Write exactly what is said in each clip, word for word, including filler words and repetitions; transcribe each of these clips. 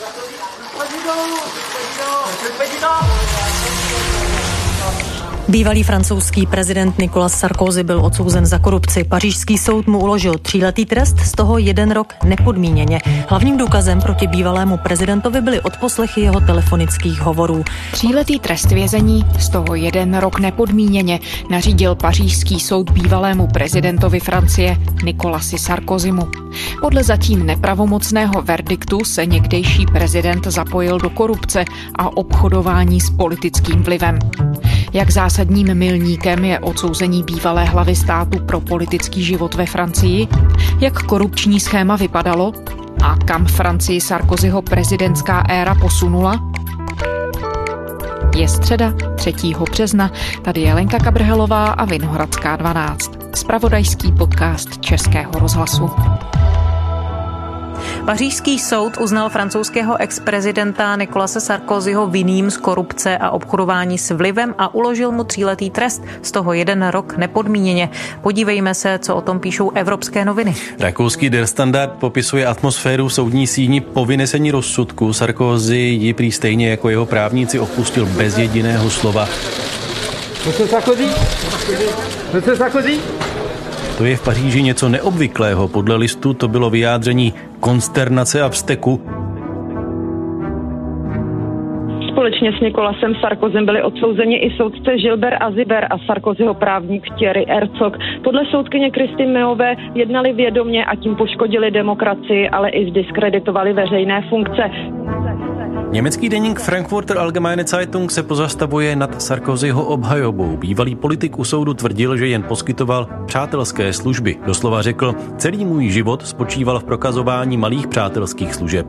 Bývalý francouzský prezident Nicolas Sarkozy byl odsouzen za korupci. Pařížský soud mu uložil tříletý trest, z toho jeden rok nepodmíněně. Hlavním důkazem proti bývalému prezidentovi byly odposlechy jeho telefonických hovorů. Tříletý trest vězení, z toho jeden rok nepodmíněně, nařídil pařížský soud bývalému prezidentovi Francie Nicolasi Sarkozymu. Podle zatím nepravomocného verdiktu se někdejší prezident zapojil do korupce a obchodování s politickým vlivem. Jak zásadním milníkem je odsouzení bývalé hlavy státu pro politický život ve Francii? Jak korupční schéma vypadalo? A kam Francii Sarkozyho prezidentská éra posunula? Je středa, třetího března, tady je Lenka Kabrhelová a Vinohradská dvanáct. Zpravodajský podcast Českého rozhlasu. Pařížský soud uznal francouzského ex-prezidenta Nicolase Sarkozyho vinným z korupce a obchodování s vlivem a uložil mu tříletý trest, z toho jeden rok nepodmíněně. Podívejme se, co o tom píšou evropské noviny. Rakouský Der Standard popisuje atmosféru v soudní síni po vynesení rozsudku. Sarkozy ji prý stejně jako jeho právníci opustil bez jediného slova. Monsieur Sarkozy? Monsieur Sarkozy? To je v Paříži něco neobvyklého. Podle listu to bylo vyjádření konsternace a vzteku. Společně s Nicolasem Sarkozym byli odsouzeni i soudce Gilbert Aziber a Sarkozyho právník Thierry Herzog. Podle soudkyně Christine Meové jednali vědomě a tím poškodili demokracii, ale i zdiskreditovali veřejné funkce. Německý deník Frankfurter Allgemeine Zeitung se pozastavuje nad Sarkozyho obhajobou. Bývalý politik u soudu tvrdil, že jen poskytoval přátelské služby. Doslova řekl, celý můj život spočíval v prokazování malých přátelských služeb.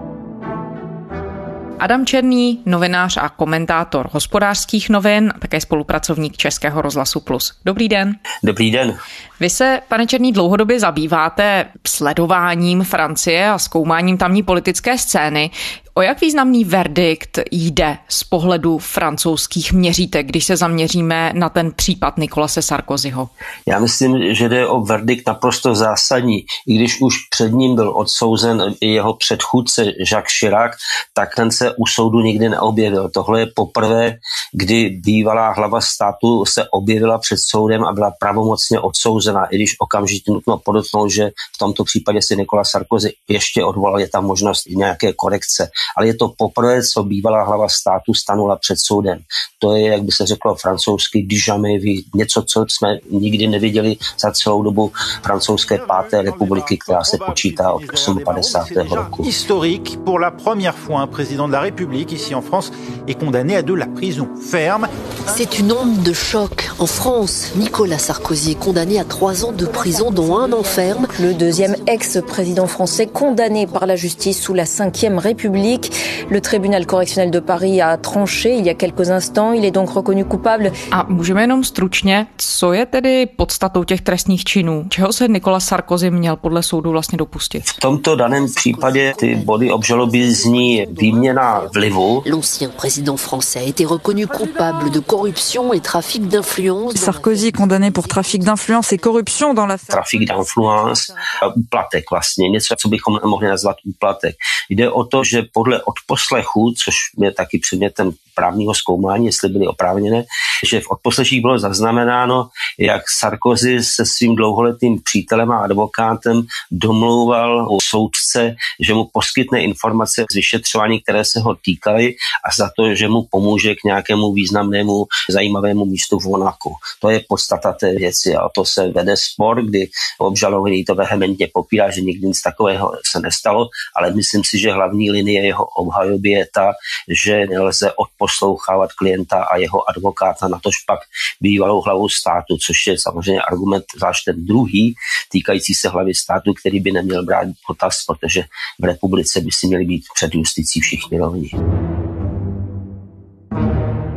Adam Černý, novinář a komentátor Hospodářských novin a také spolupracovník Českého rozhlasu Plus. Dobrý den. Dobrý den. Vy se, pane Černý, dlouhodobě zabýváte sledováním Francie a zkoumáním tamní politické scény. O jak významný verdikt jde z pohledu francouzských měřítek, když se zaměříme na ten případ Nicolase Sarkozyho? Já myslím, že jde o verdikt naprosto zásadní. I když už před ním byl odsouzen jeho předchůdce Jacques Chirac, tak ten se u soudu nikdy neobjevil. Tohle je poprvé, kdy bývalá hlava státu se objevila před soudem a byla pravomocně odsouzena, i když okamžitě nutno podotknout, že v tomto případě si Nicolas Sarkozy ještě odvolal, je tam možnost nějaké korekce. Ale je to poprvé, co bývalá hlava státu stanula před soudem. To je, jak by se řeklo francouzsky, du jamais vu, něco, co jsme nikdy neviděli za celou dobu francouzské páté republiky, která se počítá od padesátého osmého roku. Historique, pour la première fois un président de la République ici en France est condamné à de la prison ferme. C'est une onde de choc. En France, Nicolas Sarkozy est condamné à trois ans de prison, dont un an ferme. Le deuxième ex-président français condamné par la justice sous la cinquième République. Le tribunal correctionnel de Paris a tranché il y a quelques instants. Il est donc reconnu coupable. A můžeme jenom stručně, co je tedy podstatou těch trestných činů? Čeho se Nicolas Sarkozy měl podle soudu vlastně dopustit? V tomto daném případě ty body obžaloby zní výměna vlivu. L'ancien président français a été reconnu coupable de corruption et trafic d'influence. Sarkozy condamné pour trafic d'influence et corruption dans l'affaire. Trafic d'influence a úplatek vlastně, něco, co bychom mohli nazvat úplatek. Jde o to, že podle odposlechů, což je taky předmětem právního zkoumání, jestli byly oprávněné, že v odposleších bylo zaznamenáno, jak Sarkozy se svým dlouholetým přítelem a advokátem domlouval u soudce, že mu poskytne informace z vyšetřování, které se ho týkaly a za to, že mu pomůže k nějakému významnému, zajímavému místu v Monaku. To je podstata té věci a to se vede spor, kdy obžalovaný to vehementně popírá, že nikdy nic takového se nestalo, ale myslím si, že hlavní linie jeho obhajoby je ta, že nelze odposlouchávat klienta a jeho advokáta, natož pak bývalou hlavu státu, což je samozřejmě argument zvlášť ten druhý, týkající se hlavy státu, který by neměl brát potaz, protože v republice by si měli být před justicí všichni rovni.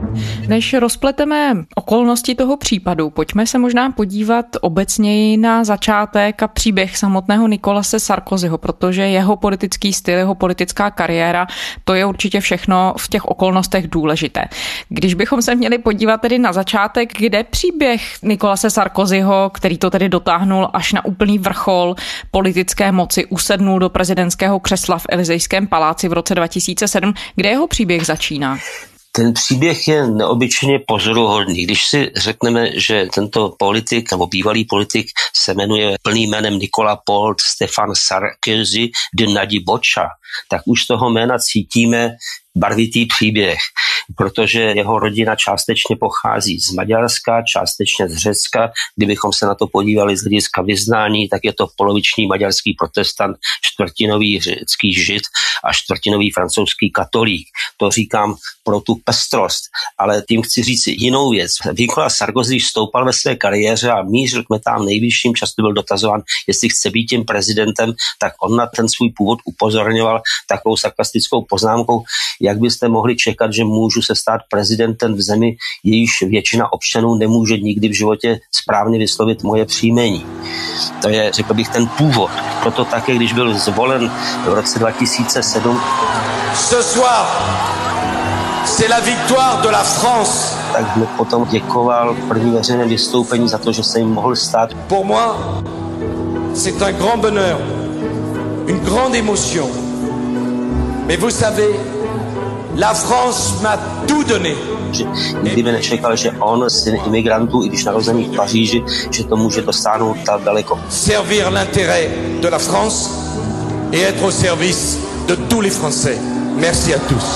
Než rozpleteme okolnosti toho případu, pojďme se možná podívat obecněji na začátek a příběh samotného Nicolase Sarkozyho, protože jeho politický styl, jeho politická kariéra, to je určitě všechno v těch okolnostech důležité. Když bychom se měli podívat tedy na začátek, kde příběh Nicolase Sarkozyho, který to tedy dotáhnul až na úplný vrchol politické moci, usednul do prezidentského křesla v Elysejském paláci v roce dva tisíce sedm, kde jeho příběh začíná? Ten příběh je neobyčejně pozoruhodný. Když si řekneme, že tento politik nebo bývalý politik se jmenuje plným jménem Nicolas Paul Stéphane Sarkozy de Nadibocha, tak už z toho jména cítíme barvitý příběh, protože jeho rodina částečně pochází z Maďarska, částečně z Řecka. Kdybychom se na to podívali z hlediska vyznání, tak je to poloviční maďarský protestant, čtvrtinový řecký žid a čtvrtinový francouzský katolík. To říkám pro tu pestrost, ale tím chci říct jinou věc. Nicolas Sarkozy stoupal ve své kariéře a mířil k metám nejvyšším, často byl dotazován, jestli chce být tím prezidentem, tak on na ten svůj původ upozorňoval takovou sarkastickou poznámkou, jak byste mohli čekat, že můžu se stát prezidentem v zemi, jejíž většina občanů nemůže nikdy v životě správně vyslovit moje příjmení. To je, řekl bych, ten původ. Proto také, když byl zvolen v roce dva tisíce sedm, Ce soir, c'est la victoire de la France. Tak mi potom děkoval v první veřejném vystoupení za to, že se jim mohl stát. Pour moi, c'est un grand bonheur, une grande émotion. Mais vous savez, la France m'a tout donné. Že nikdy by nečekal, že on, syn imigrantů, i když narozený v Paříži, že to může dosáhnout tak daleko. Servir l'intérêt de la France et être au service de tous les Français. Merci à tous.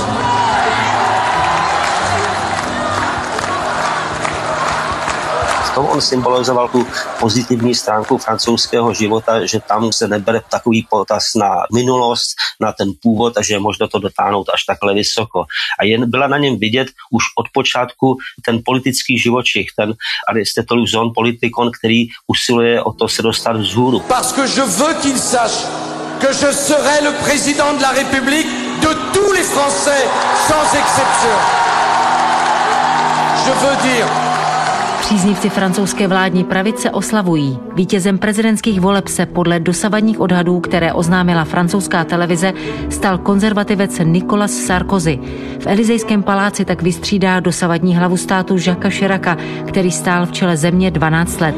tom on symbolizoval tu pozitivní stránku francouzského života, že tam se nebere takový potaz na minulost, na ten původ a že je možno to dotáhnout až takhle vysoko. A jen byla na něm vidět už od počátku ten politický živočich, ten Aristotelův zón politikon, který usiluje o to se dostat vzhůru. Parce que je veux qu'il sache que je serai le président de la République de tous les Français, sans exception. Je veux dire... Příznivci francouzské vládní pravice oslavují. Vítězem prezidentských voleb se podle dosavadních odhadů, které oznámila francouzská televize, stal konzervativec Nicolas Sarkozy. V Elysejském paláci tak vystřídá dosavadní hlavu státu Jacques Chiraca, který stál v čele země dvanáct let.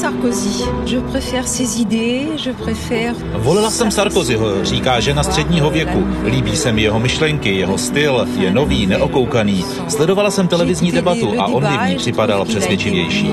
Volila jsem Sarkozyho, říká žena středního věku. Líbí se mi jeho myšlenky, jeho styl, je nový, neokoukaný. Sledovala jsem televizní debatu a on mi v ní připadal přesvědčivý.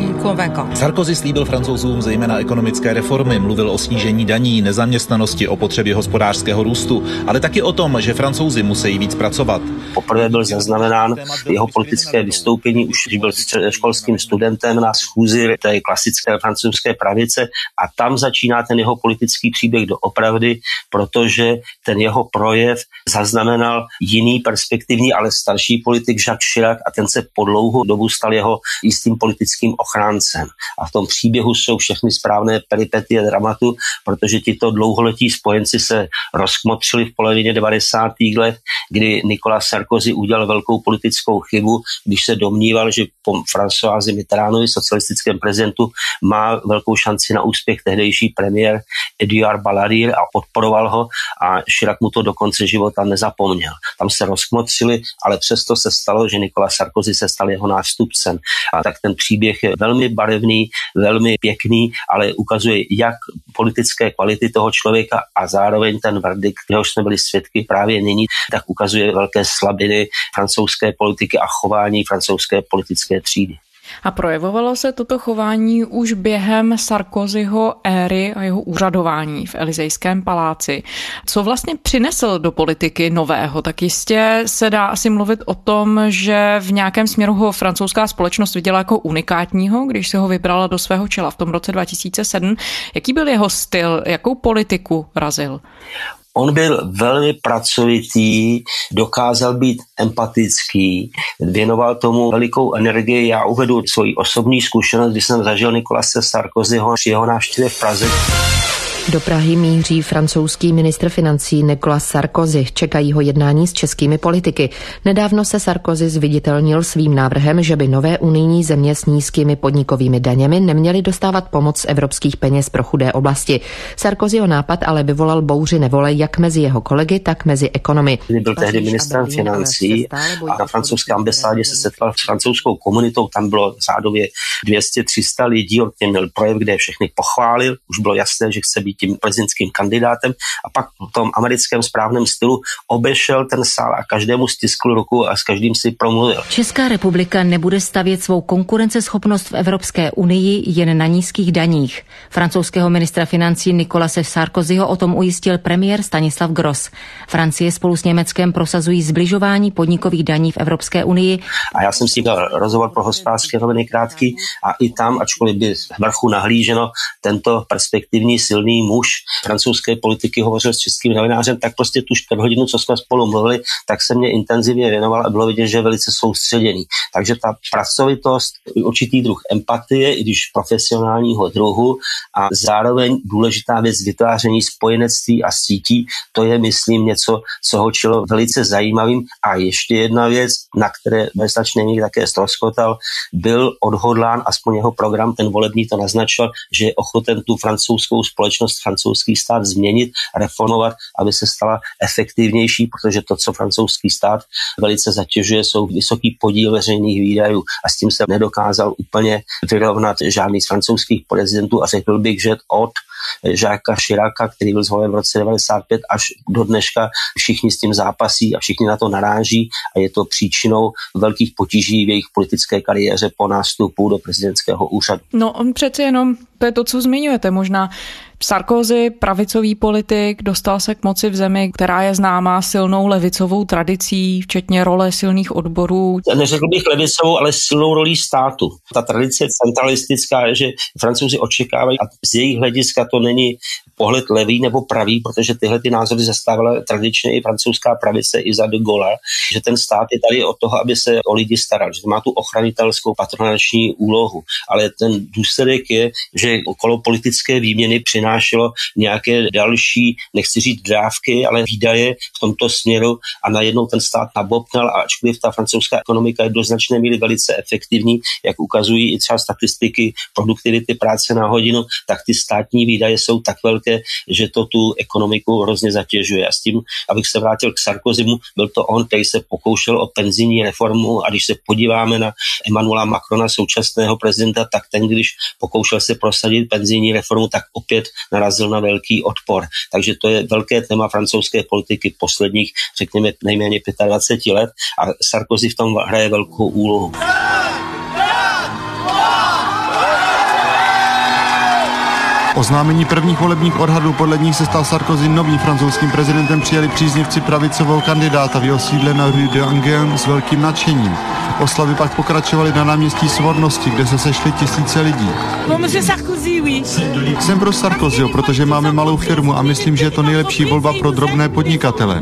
Sarkozy slíbil Francouzům zejména ekonomické reformy, mluvil o snížení daní, nezaměstnanosti, o potřebě hospodářského růstu, ale taky o tom, že Francouzi musí víc pracovat. Poprvé byl zaznamenán jeho politické vystoupení, už když byl školským studentem na schůzi té klasické francouzské pravice a tam začíná ten jeho politický příběh doopravdy, protože ten jeho projev zaznamenal jiný perspektivní, ale starší politik Jacques Chirac a ten se po dlouhou dobu stal jeho jistým politickým ochráncem. A v tom příběhu jsou všechny správné peripetie dramatu, protože tito dlouholetí spojenci se rozkmotřili v polovině devadesátých let, kdy Nicolas Sarkozy udělal velkou politickou chybu, když se domníval, že po Françoisi Mitterrandovi, socialistickém prezidentu, má velkou šanci na úspěch tehdejší premiér Édouard Balladur a podporoval ho a Chirac mu to do konce života nezapomněl. Tam se rozkmotřili, ale přesto se stalo, že Nicolas Sarkozy se stal jeho nástupcem. A tak ten příběh je velmi barevný, velmi pěkný, ale ukazuje jak politické kvality toho člověka a zároveň ten verdikt, jehož jsme byli svědky právě nyní, tak ukazuje velké slabiny francouzské politiky a chování francouzské politické třídy. A projevovalo se toto chování už během Sarkozyho éry a jeho úřadování v Elysejském paláci. Co vlastně přinesl do politiky nového? Tak jistě se dá asi mluvit o tom, že v nějakém směru ho francouzská společnost viděla jako unikátního, když se ho vybrala do svého čela v tom roce dva tisíce sedm. Jaký byl jeho styl? Jakou politiku razil? On byl velmi pracovitý, dokázal být empatický, věnoval tomu velikou energii. Já uvedu svoji osobní zkušenost, když jsem zažil Nicolase Sarkozyho při jeho návštěvě v Praze. Do Prahy míří francouzský ministr financí Nicolas Sarkozy. Čekají ho jednání s českými politiky. Nedávno se Sarkozy zviditelnil svým návrhem, že by nové unijní země s nízkými podnikovými daněmi neměly dostávat pomoc z evropských peněz pro chudé oblasti. Sarkozyho nápad ale vyvolal bouři nevole jak mezi jeho kolegy, tak mezi ekonomy. Byl tehdy ministrem financí a na francouzské ambasádě se setkal s francouzskou komunitou. Tam bylo řádově dvě stě tři sta lidí. On tím měl projev, kde všechny pochválil. Už bylo jasné, že chce být tím prezidentským kandidátem a pak v tom americkém správném stylu obešel ten sál a každému stiskl ruku a s každým si promluvil. Česká republika nebude stavět svou konkurenceschopnost v Evropské unii jen na nízkých daních. Francouzského ministra financí Nicolase Sarkozyho o tom ujistil premiér Stanislav Gross. Francie spolu s Německem prosazují zbližování podnikových daní v Evropské unii. A já jsem si dal rozhovor pro Hospodářské noviny krátký a i tam, ačkoliv by z vrchu nahlíženo, tento perspektivní silný muž francouzské politiky hovořil s českým novinářem, tak prostě tu čtvrt hodinu, co jsme spolu mluvili, tak se mě intenzivně věnoval a bylo vidět, že je velice soustředěný. Takže ta pracovitost, určitý druh empatie, i když profesionálního druhu a zároveň důležitá věc vytváření spojenectví a sítí, to je, myslím, něco, co ho čilo velice zajímavým. A ještě jedna věc, na které bezznačně někdy také ztroskotal, byl odhodlán, aspoň jeho program, ten volební to naznačil, že je ochoten tu francouzskou společnost, francouzský stát změnit, reformovat, aby se stala efektivnější, protože to, co francouzský stát velice zatěžuje, jsou vysoký podíl veřejných výdajů a s tím se nedokázal úplně vyrovnat žádný z francouzských prezidentů a řekl bych, že od Jacquesa Chiraca, který byl zvolen v roce devadesát pět až do dneška, všichni s tím zápasí a všichni na to naráží a je to příčinou velkých potíží v jejich politické kariéře po nástupu do prezidentského úřadu. No on přeci jenom, to je to, co zmiňujete, možná Sarkozy, pravicový politik, dostal se k moci v zemi, která je známá silnou levicovou tradicí, včetně role silných odborů. Neřekl bych levicovou, ale silnou rolí státu. Ta tradice je centralistická, že Francouzi očekávají, a z jejich hlediska to není pohled levý nebo pravý, protože tyhle ty názory zastávala tradičně i francouzská pravice i za de Gaulle, že ten stát je tady od toho, aby se o lidi staral, že má tu ochranitelskou patronační úlohu. Ale ten důsledek je, že okolo politické výměny přinášelo nějaké další, nechci říct dávky, ale výdaje v tomto směru a najednou ten stát nabobtnal, a ačkoliv ta francouzská ekonomika je do značné míry velice efektivní, jak ukazují i třeba statistiky produktivity práce na hodinu, tak ty státní výdaje jsou tak velké, že to tu ekonomiku hrozně zatěžuje. A s tím, abych se vrátil k Sarkozymu, byl to on, který se pokoušel o penzijní reformu, a když se podíváme na Emmanuela Macrona, současného prezidenta, tak ten, když pokoušel se prosadit penzijní reformu, tak opět narazil na velký odpor. Takže to je velké téma francouzské politiky posledních, řekněme, nejméně dvacet pět let a Sarkozy v tom hraje velkou úlohu. Oznámení prvních volebních odhadů, podle nich se stal Sarkozy novým francouzským prezidentem, přijali příznivci pravicového kandidáta v jeho sídle na Rue de Enghien s velkým nadšením. Oslavy pak pokračovaly na náměstí Svornosti, kde se sešly tisíce lidí. Jsem pro Sarkozyho, protože máme malou firmu a myslím, že je to nejlepší volba pro drobné podnikatele.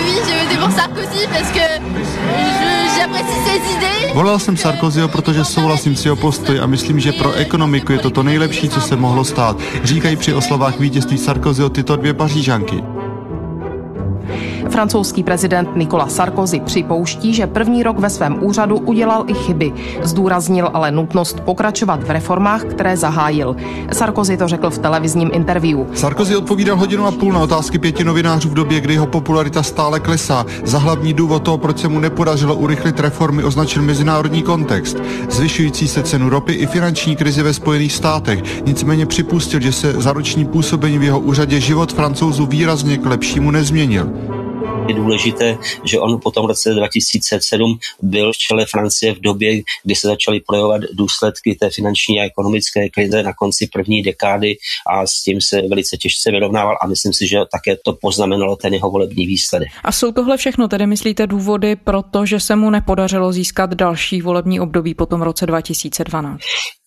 Volal jsem Sarkozyho, protože souhlasím s jeho postoj a myslím, že pro ekonomiku je to to nejlepší, co se mohlo stát. Říkají při oslavách vítězství Sarkozyho tyto dvě Pařížanky. Francouzský prezident Nicolas Sarkozy připouští, že první rok ve svém úřadu udělal i chyby. Zdůraznil ale nutnost pokračovat v reformách, které zahájil. Sarkozy to řekl v televizním interview. Sarkozy odpovídal hodinu a půl na otázky pěti novinářů v době, kdy jeho popularita stále klesá. Za hlavní důvod toho, proč se mu nepodařilo urychlit reformy, označil mezinárodní kontext. Zvyšující se cenu ropy i finanční krizi ve Spojených státech. Nicméně připustil, že se za roční působení v jeho úřadě život Francouzů výrazně k lepšímu nezměnil. Je důležité, že on potom v roce dva tisíce sedm byl v čele Francie v době, kdy se začaly projevovat důsledky té finanční a ekonomické krize na konci první dekády a s tím se velice těžce vyrovnával a myslím si, že také to poznamenalo ten jeho volební výsledek. A jsou tohle všechno tedy, myslíte, důvody pro to, že se mu nepodařilo získat další volební období po tom roce dva tisíce dvanáct?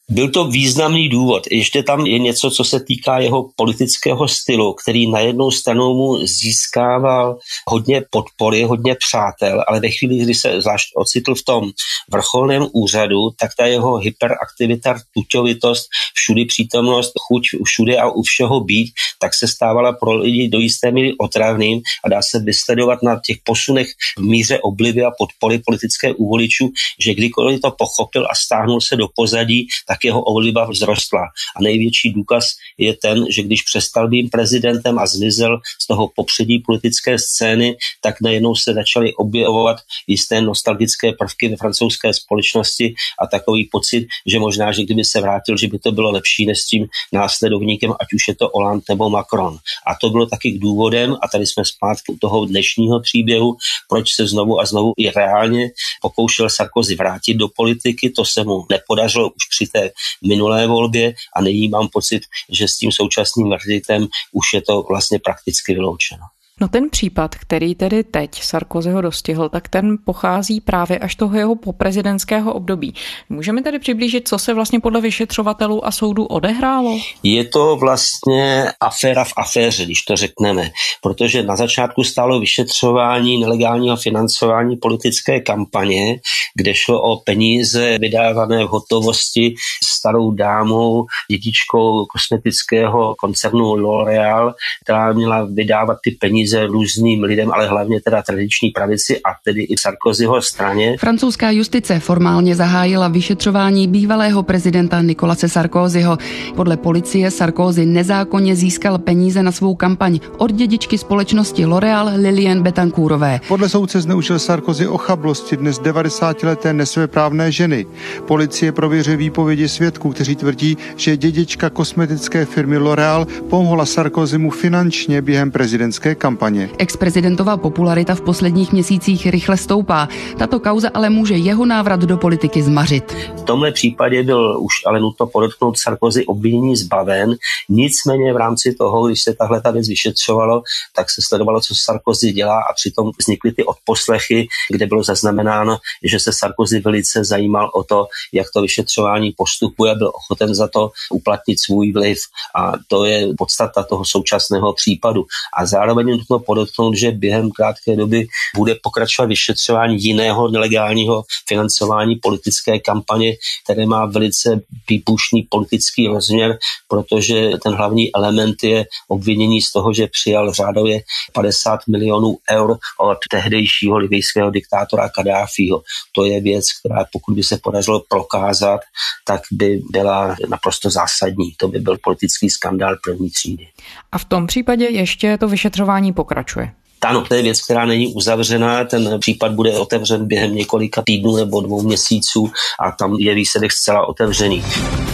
Byl to významný důvod. Ještě tam je něco, co se týká jeho politického stylu, který na jednou stranu mu získával hodně podpory, hodně přátel, ale ve chvíli, kdy se zvlášť ocitl v tom vrcholném úřadu, tak ta jeho hyperaktivita, tuťovitost, všudy přítomnost, chuť všude a u všeho být, tak se stávala pro lidi do jisté míry otravným a dá se vysledovat na těch posunech v míře oblivy a podpory politické u voličů, že kdykoliv to pochopil a stáhnul se do pozadí, tak jeho obliba vzrostla. A největší důkaz je ten, že když přestal být prezidentem a zmizel z toho popředí politické scény, tak najednou se začaly objevovat jisté nostalgické prvky ve francouzské společnosti a takový pocit, že možná, že kdyby se vrátil, že by to bylo lepší než s tím následovníkem, ať už je to Hollande nebo Macron. A to bylo taky důvodem, a tady jsme zpátky u toho dnešního příběhu, proč se znovu a znovu i reálně pokoušel Sarkozy vrátit do politiky. To se mu nepodařilo už při té minulé volbě a nyní mám pocit, že s tím současným verditem už je to vlastně prakticky vyloučeno. No ten případ, který tedy teď Sarkozyho dostihl, tak ten pochází právě až toho jeho poprezidentského období. Můžeme tedy přiblížit, co se vlastně podle vyšetřovatelů a soudu odehrálo? Je to vlastně aféra v aféře, když to řekneme, protože na začátku stálo vyšetřování nelegálního financování politické kampaně, kde šlo o peníze vydávané v hotovosti starou dámou, dědičkou kosmetického koncernu L'Oréal, která měla vydávat ty peníze různým lidem, ale hlavně teda tradiční pravici a tedy i Sarkozyho straně. Francouzská justice formálně zahájila vyšetřování bývalého prezidenta Nicolase Sarkozyho. Podle policie Sarkozy nezákonně získal peníze na svou kampaň od dědičky společnosti L'Oréal Liliane Bettencourtové. Podle soudce zneužil Sarkozy ochablosti dnes devadesátileté nesvéprávné ženy. Policie prověřuje výpovědi svědků, kteří tvrdí, že dědička kosmetické firmy L'Oréal pomohla Sarkozymu finančně během prezidentské kampaně. Ex-prezidentová popularita v posledních měsících rychle stoupá. Tato kauza ale může jeho návrat do politiky zmařit. V tomhle případě byl už ale nutno podotknout Sarkozy obvinění zbaven. Nicméně v rámci toho, když se tahle ta věc vyšetřovalo, tak se sledovalo, co Sarkozy dělá a přitom vznikly ty odposlechy, kde bylo zaznamenáno, že se Sarkozy velice zajímal o to, jak to vyšetřování postupuje, byl ochoten za to uplatnit svůj vliv a to je podstata toho současného případu. A zároveň je nutno podotknout, že během krátké doby bude pokračovat vyšetřování jiného nelegálního financování politické kampaně, které má velice výbušný politický rozměr, protože ten hlavní element je obvinění z toho, že přijal řádově padesát milionů eur od tehdejšího libijského diktátora Kaddáfího. To je věc, která pokud by se podařilo prokázat, tak by byla naprosto zásadní. To by byl politický skandál první třídy. A v tom případě ještě to vyšetřování pokračuje. Ano, to je věc, která není uzavřená, ten případ bude otevřen během několika týdnů nebo dvou měsíců a tam je výsledek zcela otevřený.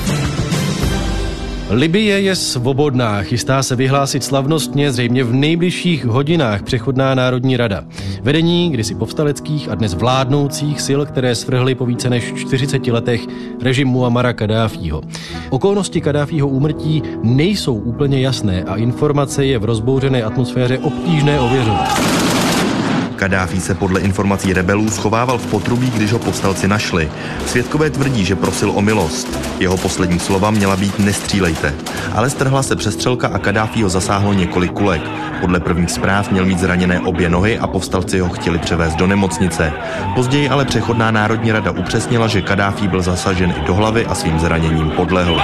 Libye je svobodná, chystá se vyhlásit slavnostně zřejmě v nejbližších hodinách přechodná národní rada. Vedení kdysi povstaleckých a dnes vládnoucích sil, které svrhly po více než čtyřiceti letech režim Muammara Kaddáfího. Okolnosti Kaddáfího úmrtí nejsou úplně jasné a informace je v rozbouřené atmosféře obtížné ověřovat. Kaddáfí se podle informací rebelů schovával v potrubí, když ho povstalci našli. Svědkové tvrdí, že prosil o milost. Jeho poslední slova měla být nestřílejte. Ale strhla se přestřelka a Kaddáfí ho zasáhlo několik kulek. Podle prvních zpráv měl mít zraněné obě nohy a povstalci ho chtěli převést do nemocnice. Později ale přechodná národní rada upřesnila, že Kaddáfí byl zasažen i do hlavy a svým zraněním podlehl.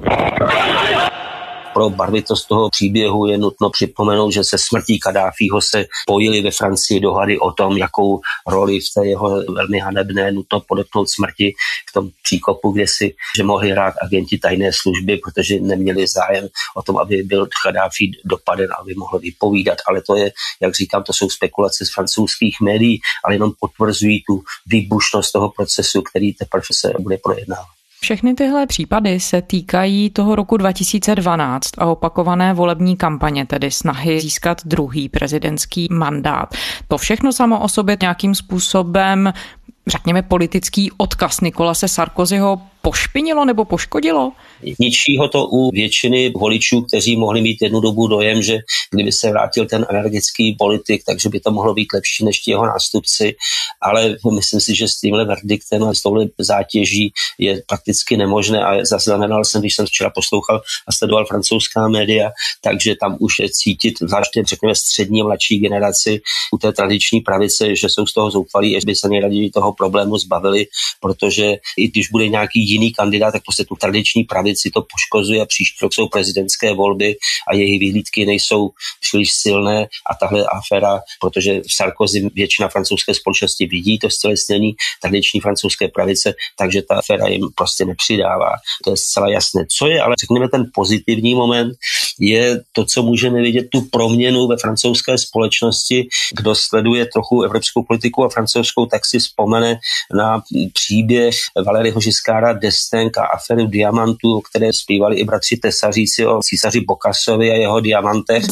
Pro barvitost toho příběhu je nutno připomenout, že se smrtí Kaddáfího se pojily ve Francii dohady o tom, jakou roli v té jeho velmi hanebné, nutno podotknout smrti v tom příkopu, kde si, že mohli hrát agenti tajné služby, protože neměli zájem o tom, aby byl Kaddáfí dopaden, aby mohl vypovídat. Ale to je, jak říkám, to jsou spekulace z francouzských médií, ale jenom potvrzují tu výbušnost toho procesu, který teprve se bude projednávat. Všechny tyhle případy se týkají toho roku dva tisíce dvanáct a opakované volební kampaně, tedy snahy získat druhý prezidentský mandát. To všechno samo o sobě nějakým způsobem, řekněme, politický odkaz Nicolase Sarkozyho pošpinilo nebo poškodilo? Ničí ho to u většiny voličů, kteří mohli mít jednu dobu dojem, že kdyby se vrátil ten energický politik, takže by to mohlo být lepší než ti jeho nástupci, ale myslím si, že s tímhle verdiktem a s touhle zátěží je prakticky nemožné a zaznamenal jsem, když jsem včera poslouchal a sledoval francouzská média, takže tam už je cítit, zvláště řekněme střední a mladší generaci u té tradiční pravice, že jsou z toho zoufalí, že by se nejraději toho problému zbavili, protože i když bude nějaký jiný kandidát, tak prostě tu tradiční pravici to poškozuje a příští rok jsou prezidentské volby a její vyhlídky nejsou příliš silné a tahle aféra, protože v Sarkozy většina francouzské společnosti vidí to stělesnění tradiční francouzské pravice, takže ta aféra jim prostě nepřidává. To je zcela jasné. Co je, ale řekněme ten pozitivní moment, je to, co můžeme vidět, tu proměnu ve francouzské společnosti. Kdo sleduje trochu evropskou politiku a francouzskou, tak si vzpomene na příběh Valéryho Giscarda d'Estaing a aféru diamantů, o které zpívali i bratři Tesaříci o císaři Bokassovi a jeho diamantech.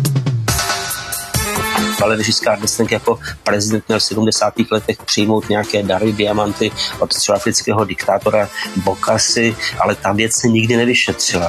Valéry Giscard d'Estaing jako prezident měl v sedmdesátých letech přijmout nějaké dary, diamanty od středoafrického diktátora Bokassy, ale ta věc se nikdy nevyšetřila.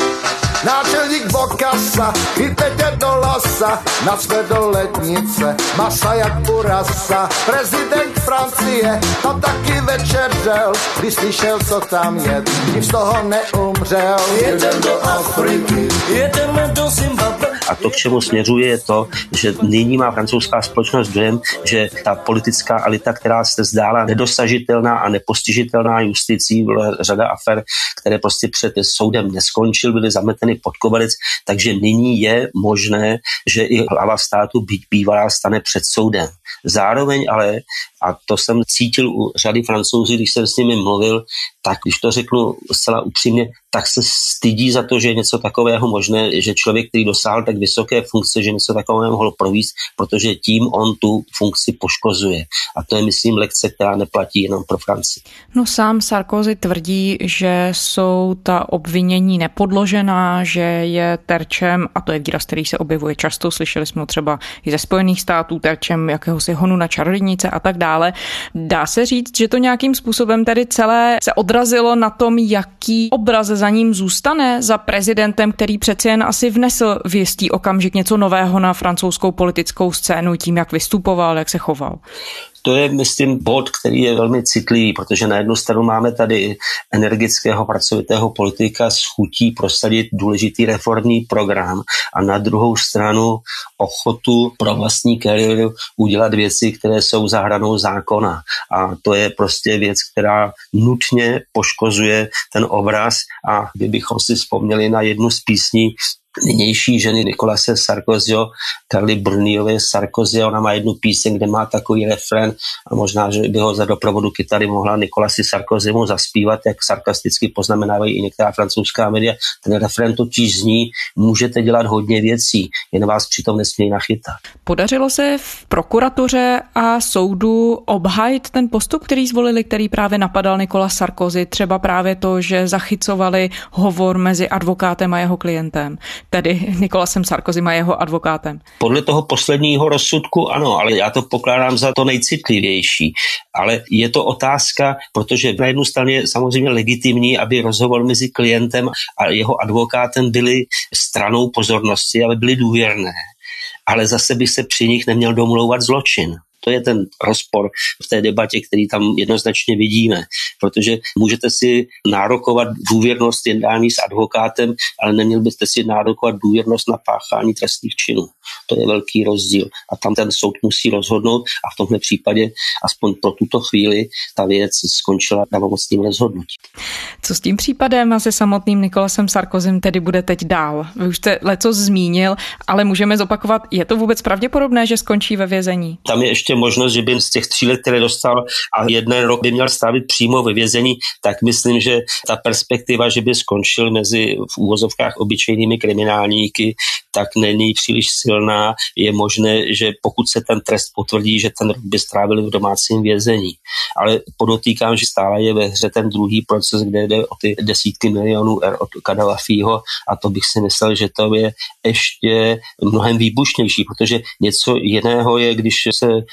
Náčelník Bokassa, chytejte do losa, na své do lednice, masa jak urasa. Prezident Francie tam taky večeřel, když slyšel, co tam je, nic z toho neumřel. Jedem do Afriky, jedeme do Zimbabwe. A to, k čemu směřuje, je to, že nyní má francouzská společnost dojem, že ta politická elita, která se zdála nedosažitelná a nepostižitelná justicí, byla řada afer, které prostě před soudem neskončily, byly zameteny pod koberec, takže nyní je možné, že i hlava státu, byť bývalá, stane před soudem. Zároveň ale, a to jsem cítil u řady Francouzů, když jsem s nimi mluvil, tak když to řeknu zcela upřímně, tak se stydí za to, že je něco takového možné, že člověk, který dosáhl tak vysoké funkce, že něco takového mohl provést, protože tím on tu funkci poškozuje. A to je, myslím, lekce, která neplatí jenom pro Francii. No sám Sarkozy tvrdí, že jsou ta obvinění nepodložená, že je terčem, a to je výraz, který se objevuje často, slyšeli jsme třeba i ze Spojených států, terčem jakéhosi honu na čarodějnice a tak dále. Dá se říct, že to nějakým způsobem tady celé se odrazilo na tom, jaký obraz za ním zůstane, za prezidentem, který přeci jen asi vnesl v jistý okamžik něco nového na francouzskou politickou scénu tím, jak vystupoval, jak se choval. To je, myslím, bod, který je velmi citlivý, protože na jednu stranu máme tady energického pracovitého politika s chutí prosadit důležitý reformní program a na druhou stranu ochotu pro vlastní kariéru udělat věci, které jsou za hranou zákona. A to je prostě věc, která nutně poškozuje ten obraz a kdybychom si vzpomněli na jednu z písní nynější ženy Nicolase Sarkozyho, Carly Bruniové Sarkozy, ona má jednu píseň, kde má takový refrén a možná, že by ho za doprovodu kytary mohla Nicolasi Sarkozymu zaspívat, jak sarkasticky poznamenávají i některá francouzská média. Ten refrén totiž zní, můžete dělat hodně věcí, jen vás přitom nesmí nachytat. Podařilo se v prokuratuře a soudu obhájit ten postup, který zvolili, který právě napadal Nicolas Sarkozy, třeba právě to, že zachycovali hovor mezi advokátem a jeho klientem, tedy Nicolasem Sarkozym a jeho advokátem. Podle toho posledního rozsudku ano, ale já to pokládám za to nejcitlivější. Ale je to otázka, protože na jednu straně je samozřejmě legitimní, aby rozhovor mezi klientem a jeho advokátem byly stranou pozornosti, aby byly důvěrné. Ale zase by se při nich neměl domlouvat zločin. To je ten rozpor v té debatě, který tam jednoznačně vidíme, protože můžete si nárokovat důvěrnost jednání s advokátem, ale neměl byste si nárokovat důvěrnost na páchání trestných činů. To je velký rozdíl a tam ten soud musí rozhodnout a v tomhle případě aspoň pro tuto chvíli ta věc skončila pravomocným rozhodnutím. Co s tím případem a se samotným Nicolasem Sarkozym tedy bude teď dál? Vy už jste leco zmínil, ale můžeme zopakovat, je to vůbec pravděpodobné, že skončí ve vězení? Tam je ještě možnost, že by z těch tří let, které dostal a jeden rok by měl strávit přímo ve vězení, tak myslím, že ta perspektiva, že by skončil mezi v úvozovkách obyčejnými kriminálníky, tak není příliš silná. Je možné, že pokud se ten trest potvrdí, že ten rok by strávil v domácím vězení. Ale podotýkám, že stále je ve hře ten druhý proces, kde jde o ty desítky milionů eur od Kaddáfího a to bych si myslel, že to je ještě mnohem výbušnější, protože něco jiného je, když se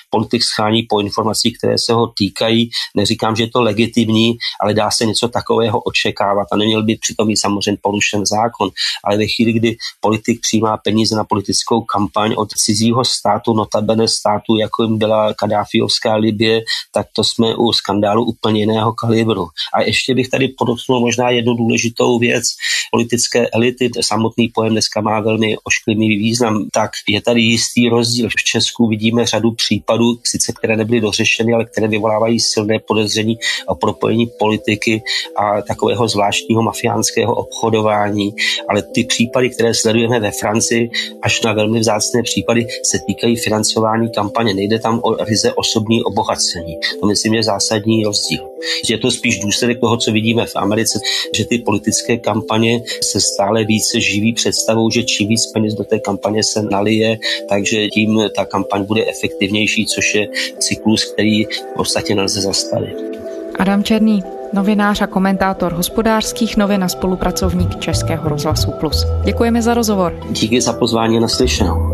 politik schání po informacích, které se ho týkají. Neříkám, že je to legitimní, ale dá se něco takového očekávat a neměl by přitom být samozřejmě porušen zákon. Ale ve chvíli, kdy politik přijímá peníze na politickou kampaň od cizího státu, notabene státu, jako jim byla Kaddáfiovská Libye, tak to jsme u skandálu úplně jiného kalibru. A ještě bych tady podotknul možná jednu důležitou věc. Politické elity, samotný pojem dneska má velmi ošklivý význam, tak je tady jistý rozdíl. V Česku vidíme řadu případů, sice které nebyly dořešeny, ale které vyvolávají silné podezření o propojení politiky a takového zvláštního mafiánského obchodování. Ale ty případy, které sledujeme ve Francii, až na velmi vzácné případy, se týkají financování kampaně. Nejde tam o ryze osobní obohacení. To myslím je zásadní rozdíl. Je to spíš důsledek toho, co vidíme v Americe, že ty politické kampaně se stále více živí představou, že čím víc peněz do té kampaně se nalije, takže tím ta kampaň bude efektivnější, což je cyklus, který v podstatě nelze zastavit. Adam Černý, novinář a komentátor Hospodářských novin a spolupracovník Českého rozhlasu Plus. Děkujeme za rozhovor. Díky za pozvání, naslyšenou.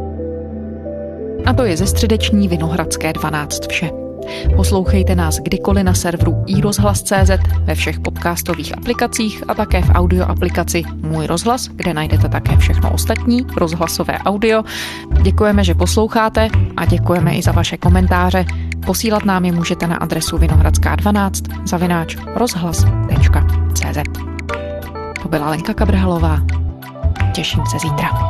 A to je ze středeční Vinohradské dvanáct vše. Poslouchejte nás kdykoliv na serveru i rozhlas tečka cé zet, ve všech podcastových aplikacích a také v audio aplikaci Můj rozhlas, kde najdete také všechno ostatní rozhlasové audio. Děkujeme, že posloucháte a děkujeme i za vaše komentáře. Posílat nám je můžete na adresu vinohradská dvanáct zavináč rozhlas tečka cé zet. To byla Lenka Kabrhalová. Těším se zítra.